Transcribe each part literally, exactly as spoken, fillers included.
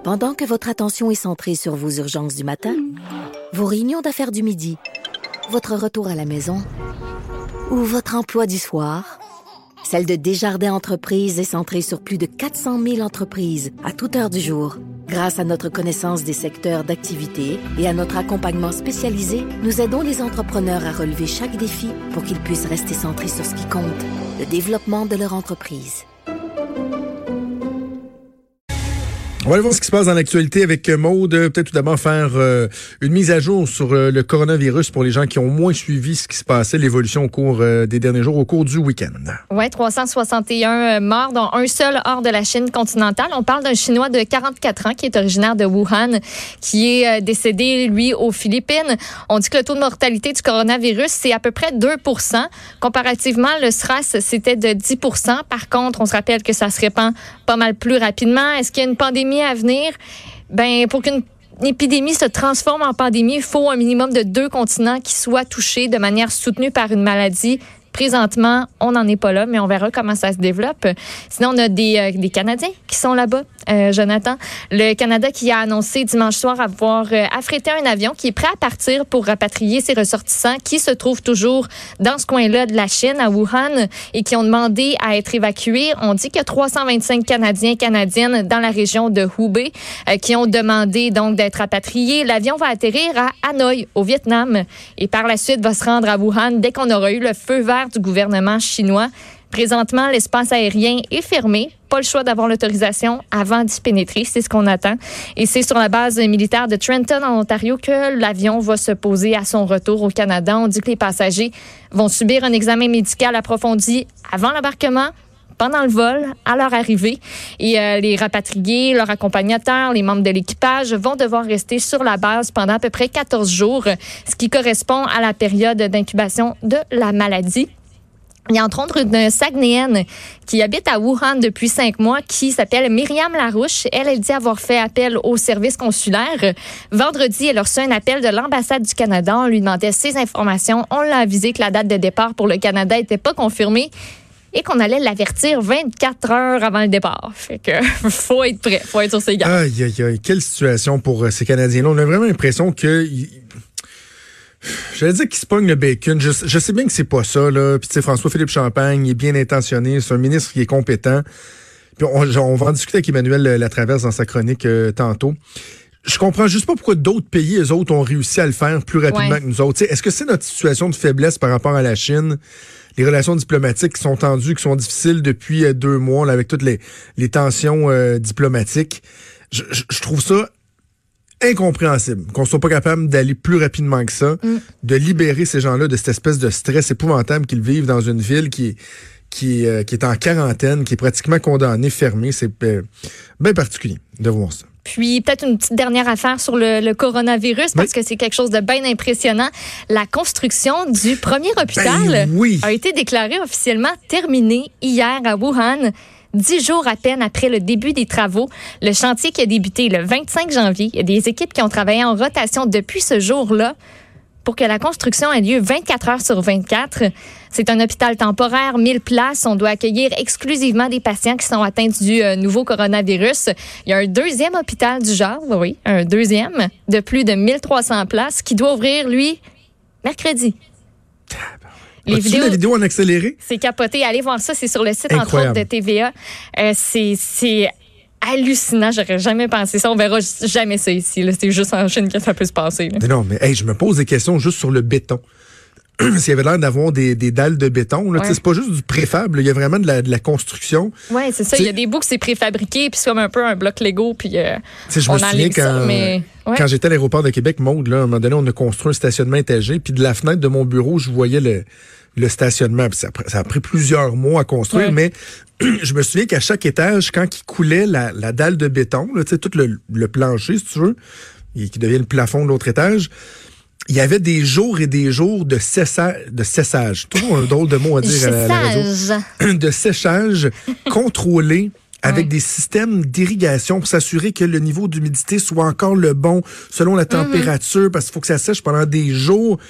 Pendant que votre attention est centrée sur vos urgences du matin, vos réunions d'affaires du midi, votre retour à la maison ou votre emploi du soir, celle de Desjardins Entreprises est centrée sur plus de quatre cent mille entreprises à toute heure du jour. Grâce à notre connaissance des secteurs d'activité et à notre accompagnement spécialisé, nous aidons les entrepreneurs à relever chaque défi pour qu'ils puissent rester centrés sur ce qui compte, le développement de leur entreprise. On va aller voir ce qui se passe dans l'actualité avec Maude. Peut-être tout d'abord faire euh, une mise à jour sur euh, le coronavirus pour les gens qui ont moins suivi ce qui se passait, l'évolution au cours euh, des derniers jours, au cours du week-end. Oui, trois cent soixante et un morts, dont un seul hors de la Chine continentale. On parle d'un Chinois de quarante-quatre ans qui est originaire de Wuhan, qui est décédé, lui, aux Philippines. On dit que le taux de mortalité du coronavirus, c'est à peu près deux pour cent. Comparativement, le SRAS, c'était de dix pour cent. Par contre, on se rappelle que ça se répand pas mal plus rapidement. Est-ce qu'il y a une pandémie à venir? Ben, pour qu'une épidémie se transforme en pandémie, il faut un minimum de deux continents qui soient touchés de manière soutenue par une maladie. Présentement, on n'en est pas là, mais on verra comment ça se développe. Sinon, on a des, euh, des Canadiens qui sont là-bas. Euh, Jonathan, le Canada qui a annoncé dimanche soir avoir euh, affrété un avion qui est prêt à partir pour rapatrier ses ressortissants qui se trouvent toujours dans ce coin-là de la Chine, à Wuhan, et qui ont demandé à être évacués. On dit qu'il y a trois cent vingt-cinq Canadiens et Canadiennes dans la région de Hubei euh, qui ont demandé donc d'être rapatriés. L'avion va atterrir à Hanoï, au Vietnam, et par la suite va se rendre à Wuhan dès qu'on aura eu le feu vert du gouvernement chinois. Présentement, l'espace aérien est fermé. Pas le choix d'avoir l'autorisation avant d'y pénétrer. C'est ce qu'on attend. Et c'est sur la base militaire de Trenton, en Ontario, que l'avion va se poser à son retour au Canada. On dit que les passagers vont subir un examen médical approfondi avant l'embarquement, pendant le vol, à leur arrivée. Et euh, les rapatriés, leurs accompagnateurs, les membres de l'équipage vont devoir rester sur la base pendant à peu près quatorze jours, ce qui correspond à la période d'incubation de la maladie. Il y a entre autres une Saguenayenne qui habite à Wuhan depuis cinq mois qui s'appelle Myriam Larouche. Elle, elle dit avoir fait appel au service consulaire. Vendredi, elle a reçu un appel de l'ambassade du Canada. On lui demandait ses informations. On l'a avisé que la date de départ pour le Canada n'était pas confirmée et qu'on allait l'avertir vingt-quatre heures avant le départ. Fait que faut être prêt, faut être sur ses gardes. Aïe, aïe, aïe. Quelle situation pour ces Canadiens-là. On a vraiment l'impression que... J'allais dire qu'il se pogne le bacon. Je, je sais bien que c'est pas ça, là. Puis tu sais, François-Philippe Champagne, il est bien intentionné. C'est un ministre qui est compétent. Puis on, on va en discuter avec Emmanuel Latraverse dans sa chronique euh, tantôt. Je comprends juste pas pourquoi d'autres pays, eux autres, ont réussi à le faire plus rapidement ouais. que nous autres. T'sais, est-ce que c'est notre situation de faiblesse par rapport à la Chine? Les relations diplomatiques qui sont tendues, qui sont difficiles depuis euh, deux mois, là, avec toutes les, les tensions euh, diplomatiques. Je, je, je trouve ça incompréhensible qu'on soit pas capable d'aller plus rapidement que ça, mm. de libérer ces gens-là de cette espèce de stress épouvantable qu'ils vivent dans une ville qui est, qui est, euh, qui est en quarantaine, qui est pratiquement condamnée, fermée. C'est euh, bien particulier de voir ça. Puis, peut-être une petite dernière affaire sur le, le coronavirus, parce oui. que c'est quelque chose de bien impressionnant. La construction du premier hôpital ben oui. a été déclarée officiellement terminée hier à Wuhan. Dix jours à peine après le début des travaux, le chantier qui a débuté le vingt-cinq janvier, il y a des équipes qui ont travaillé en rotation depuis ce jour-là pour que la construction ait lieu vingt-quatre heures sur vingt-quatre. C'est un hôpital temporaire, mille places. On doit accueillir exclusivement des patients qui sont atteints du euh, nouveau coronavirus. Il y a un deuxième hôpital du genre, oui, un deuxième, de plus de mille trois cents places qui doit ouvrir, lui, mercredi. Les vidéos, la vidéo en accéléré? C'est capoté. Allez voir ça. C'est sur le site, incroyable. Entre autres, de T V A. Euh, c'est, c'est hallucinant. J'aurais jamais pensé ça. On verra jamais ça ici. Là. C'est juste en Chine que ça peut se passer. Là. Mais non, mais hey, je me pose des questions juste sur le béton. S'il y avait l'air d'avoir des, des dalles de béton, là, ouais. c'est pas juste du préfab, là, il y a vraiment de la, de la construction. Oui, c'est ça. Il y a des bouts que c'est préfabriqué, puis c'est comme un peu un bloc Lego, puis euh, je on me souviens quand, ça, mais... ouais. quand j'étais à l'aéroport de Québec, Maude, là, à un moment donné, on a construit un stationnement étagé, puis de la fenêtre de mon bureau, je voyais le, le stationnement. Puis ça, ça a pris plusieurs mois à construire, ouais. mais je me souviens qu'à chaque étage, quand il coulait la, la dalle de béton, là, tout le, le plancher, si tu veux, et qui devient le plafond de l'autre étage, il y avait des jours et des jours de, cessa- de cessage. Toujours un drôle de mot à dire à la, à la radio. De séchage contrôlé avec ouais. des systèmes d'irrigation pour s'assurer que le niveau d'humidité soit encore le bon selon la température, mm-hmm. parce qu'il faut que ça sèche pendant des jours.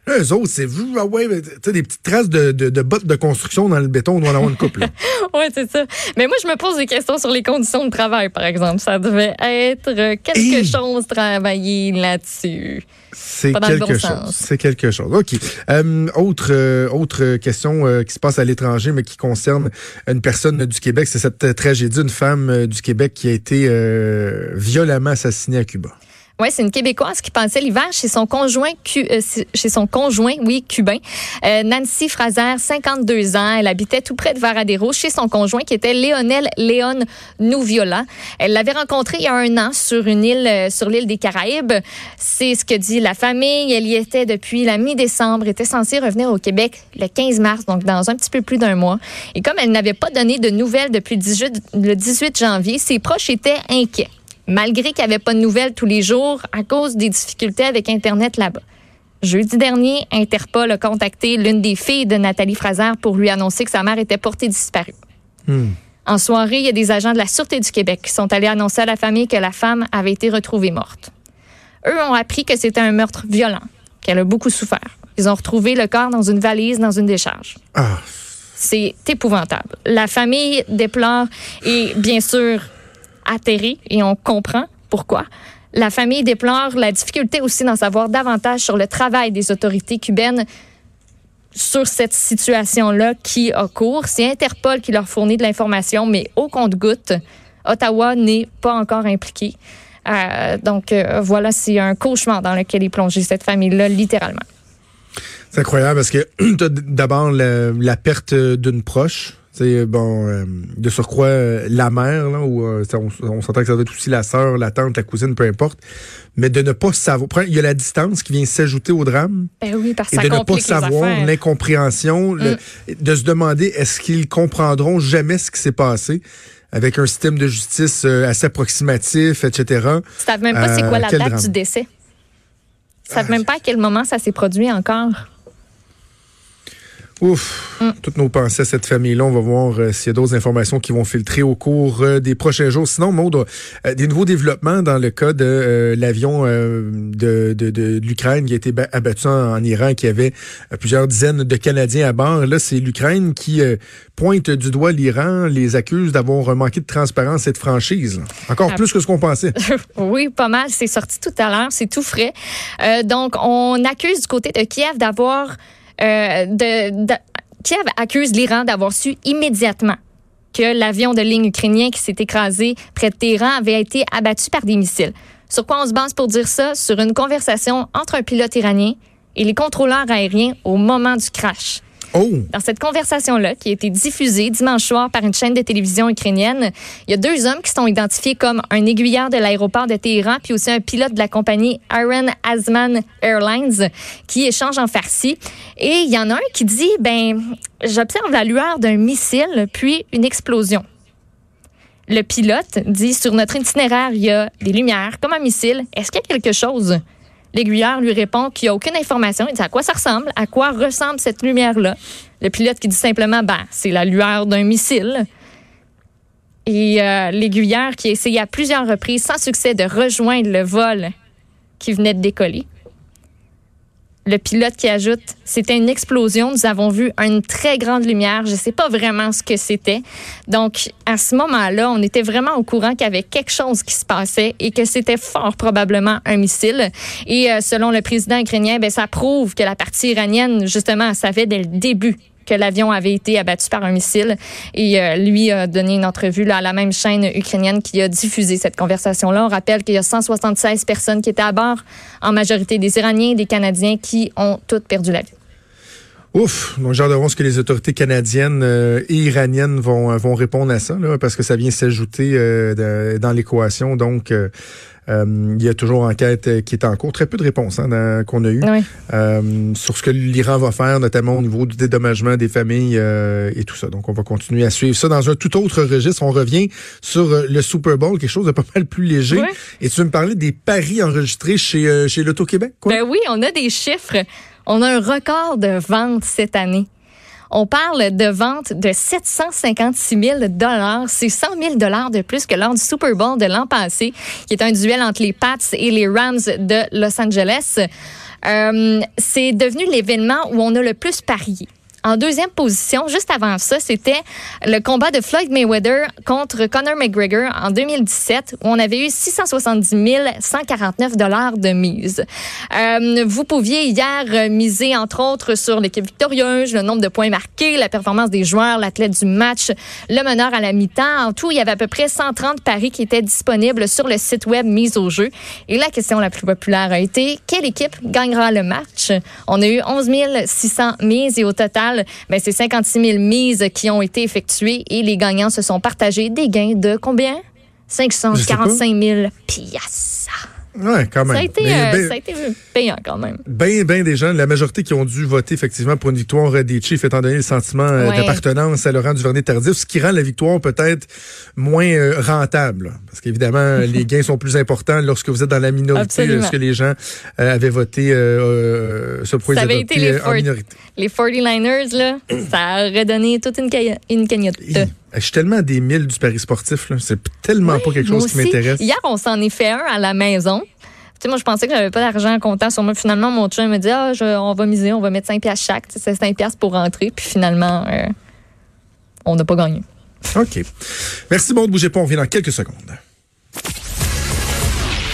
Eux autres, c'est ah ouais, des petites traces de, de, de bottes de construction dans le béton, on doit en avoir une couple. Oui, c'est ça. Mais moi, je me pose des questions sur les conditions de travail, par exemple. Ça devait être quelque Et... chose travailler là-dessus. C'est quelque bon chose. C'est quelque chose. OK. Euh, autre, euh, autre question euh, qui se passe à l'étranger, mais qui concerne une personne du Québec, c'est cette tragédie, une femme euh, du Québec qui a été euh, violemment assassinée à Cuba. Oui, c'est une Québécoise qui passait l'hiver chez son conjoint, cu- euh, chez son conjoint, oui, cubain. Euh, Nancy Fraser, cinquante-deux ans. Elle habitait tout près de Varadero chez son conjoint qui était Léonel Léon Nouviola. Elle l'avait rencontré il y a un an sur une île, euh, sur l'île des Caraïbes. C'est ce que dit la famille. Elle y était depuis la mi-décembre, était censée revenir au Québec le quinze mars, donc dans un petit peu plus d'un mois. Et comme elle n'avait pas donné de nouvelles depuis le dix-huit, le dix-huit janvier, ses proches étaient inquiets. Malgré qu'il n'y avait pas de nouvelles tous les jours à cause des difficultés avec Internet là-bas. Jeudi dernier, Interpol a contacté l'une des filles de Nathalie Fraser pour lui annoncer que sa mère était portée disparue. Hmm. En soirée, il y a des agents de la Sûreté du Québec qui sont allés annoncer à la famille que la femme avait été retrouvée morte. Eux ont appris que c'était un meurtre violent, qu'elle a beaucoup souffert. Ils ont retrouvé le corps dans une valise, dans une décharge. Ah. C'est épouvantable. La famille déplore et, bien sûr, atterré et on comprend pourquoi. La famille déplore la difficulté aussi d'en savoir davantage sur le travail des autorités cubaines sur cette situation-là qui a cours. C'est Interpol qui leur fournit de l'information, mais au compte-gouttes, Ottawa n'est pas encore impliqué. Euh, donc euh, voilà, c'est un cauchemar dans lequel est plongée cette famille-là, littéralement. C'est incroyable parce que tu as d'abord la, la perte d'une proche. C'est bon, euh, de surcroît, euh, la mère, là, où euh, on, on s'entend que ça doit être aussi la sœur, la tante, la cousine, peu importe, mais de ne pas savoir. Il y a la distance qui vient s'ajouter au drame. Ben oui, parce que et ça de ne pas savoir affaires. L'incompréhension, mm. le, de se demander est-ce qu'ils comprendront jamais ce qui s'est passé avec un système de justice euh, assez approximatif, et cetera. Ils savent même pas euh, c'est quoi la date drame. du décès. Ils savent ah, même pas à quel moment ça s'est produit encore. Ouf, mm. toutes nos pensées à cette famille-là. On va voir euh, s'il y a d'autres informations qui vont filtrer au cours euh, des prochains jours. Sinon, Maud, euh, des nouveaux développements dans le cas de euh, l'avion euh, de, de, de, de l'Ukraine qui a été abattu en, en Iran, qui avait euh, plusieurs dizaines de Canadiens à bord. Là, c'est l'Ukraine qui euh, pointe du doigt l'Iran, les accuse d'avoir manqué de transparence et de franchise. Là. Encore ah. plus que ce qu'on pensait. Oui, pas mal. C'est sorti tout à l'heure. C'est tout frais. Euh, donc, on accuse du côté de Kiev d'avoir... Euh, de, de, Kiev accuse l'Iran d'avoir su immédiatement que l'avion de ligne ukrainien qui s'est écrasé près de Téhéran avait été abattu par des missiles. Sur quoi on se base pour dire ça? Sur une conversation entre un pilote iranien et les contrôleurs aériens au moment du crash. Oh. Dans cette conversation-là, qui a été diffusée dimanche soir par une chaîne de télévision ukrainienne, il y a deux hommes qui sont identifiés comme un aiguilleur de l'aéroport de Téhéran puis aussi un pilote de la compagnie Iron Azman Airlines qui échangent en farci. Et il y en a un qui dit, ben, j'observe la lueur d'un missile puis une explosion. Le pilote dit, sur notre itinéraire, il y a des lumières comme un missile. Est-ce qu'il y a quelque chose? L'aiguilleur lui répond qu'il n'y a aucune information. Il dit à quoi ça ressemble, à quoi ressemble cette lumière-là. Le pilote qui dit simplement, ben, c'est la lueur d'un missile. Et euh, l'aiguilleur qui a essayé à plusieurs reprises, sans succès, de rejoindre le vol qui venait de décoller. Le pilote qui ajoute, c'était une explosion. Nous avons vu une très grande lumière. Je ne sais pas vraiment ce que c'était. Donc, à ce moment-là, on était vraiment au courant qu'il y avait quelque chose qui se passait et que c'était fort probablement un missile. Et euh, selon le président ukrainien, ben, ça prouve que la partie iranienne, justement, savait dès le début que l'avion avait été abattu par un missile. Et euh, lui a donné une entrevue là, à la même chaîne ukrainienne qui a diffusé cette conversation-là. On rappelle qu'il y a cent soixante-seize personnes qui étaient à bord, en majorité des Iraniens et des Canadiens, qui ont toutes perdu la vie. Ouf! Donc, j'ai hâte de voir ce que les autorités canadiennes euh, et iraniennes vont, vont répondre à ça, là, parce que ça vient s'ajouter euh, de, dans l'équation. Donc, euh, Euh, il y a toujours enquête qui est en cours. Très peu de réponses hein, dans, qu'on a eues oui. euh, sur ce que l'Iran va faire, notamment au niveau du dédommagement des familles euh, et tout ça. Donc, on va continuer à suivre ça dans un tout autre registre. On revient sur le Super Bowl, quelque chose de pas mal plus léger. Oui. Et tu veux me parler des paris enregistrés chez, euh, chez l'Auto-Québec, quoi? Ben oui, on a des chiffres. On a un record de vente cette année. On parle de vente de sept cent cinquante-six mille dollars. C'est cent mille dollars de plus que lors du Super Bowl de l'an passé, qui est un duel entre les Pats et les Rams de Los Angeles. Euh, c'est devenu l'événement où on a le plus parié. En deuxième position, juste avant ça, c'était le combat de Floyd Mayweather contre Conor McGregor en deux mille dix-sept, où on avait eu six cent soixante-dix mille cent quarante-neuf dollars de mise. Euh, vous pouviez hier miser, entre autres, sur l'équipe victorieuse, le nombre de points marqués, la performance des joueurs, l'athlète du match, le meneur à la mi-temps. En tout, il y avait à peu près cent trente paris qui étaient disponibles sur le site web Mise au jeu. Et la question la plus populaire a été, quelle équipe gagnera le match? On a eu onze mille six cents mises et au total, ben, c'est cinquante-six mille mises qui ont été effectuées et les gagnants se sont partagés des gains de combien? cinq cent quarante-cinq mille piastres. Ouais, quand même. Ça a été, Mais, euh, ben, ça a été payant quand même. Bien, bien des gens, la majorité qui ont dû voter effectivement pour une victoire des Chiefs, étant donné le sentiment euh, Ouais. d'appartenance à Laurent Duvernay-Tardif, ce qui rend la victoire peut-être moins euh, rentable. Là. Parce qu'évidemment, les gains sont plus importants lorsque vous êtes dans la minorité, Absolument. lorsque les gens euh, avaient voté euh, euh, ce point Ça avait adopté, été les euh, en Ford- minorité. Les forty-niners, là, ça aurait donné toute une, cagno- une cagnotte. Hi, Je suis tellement à des milles du pari sportif. Là. C'est tellement Ouais, pas quelque moi chose qui aussi. m'intéresse. Hier, on s'en est fait un à la maison. Tu sais, moi, je pensais que j'avais pas d'argent comptant sur moi. Finalement, mon chum me dit, ah, je- on va miser, on va mettre cinq piastres chaque. Tu sais, c'est cinq piastres pour rentrer. Puis finalement, euh, on n'a pas gagné. OK. Merci, bon, ne bougez pas, on revient dans quelques secondes.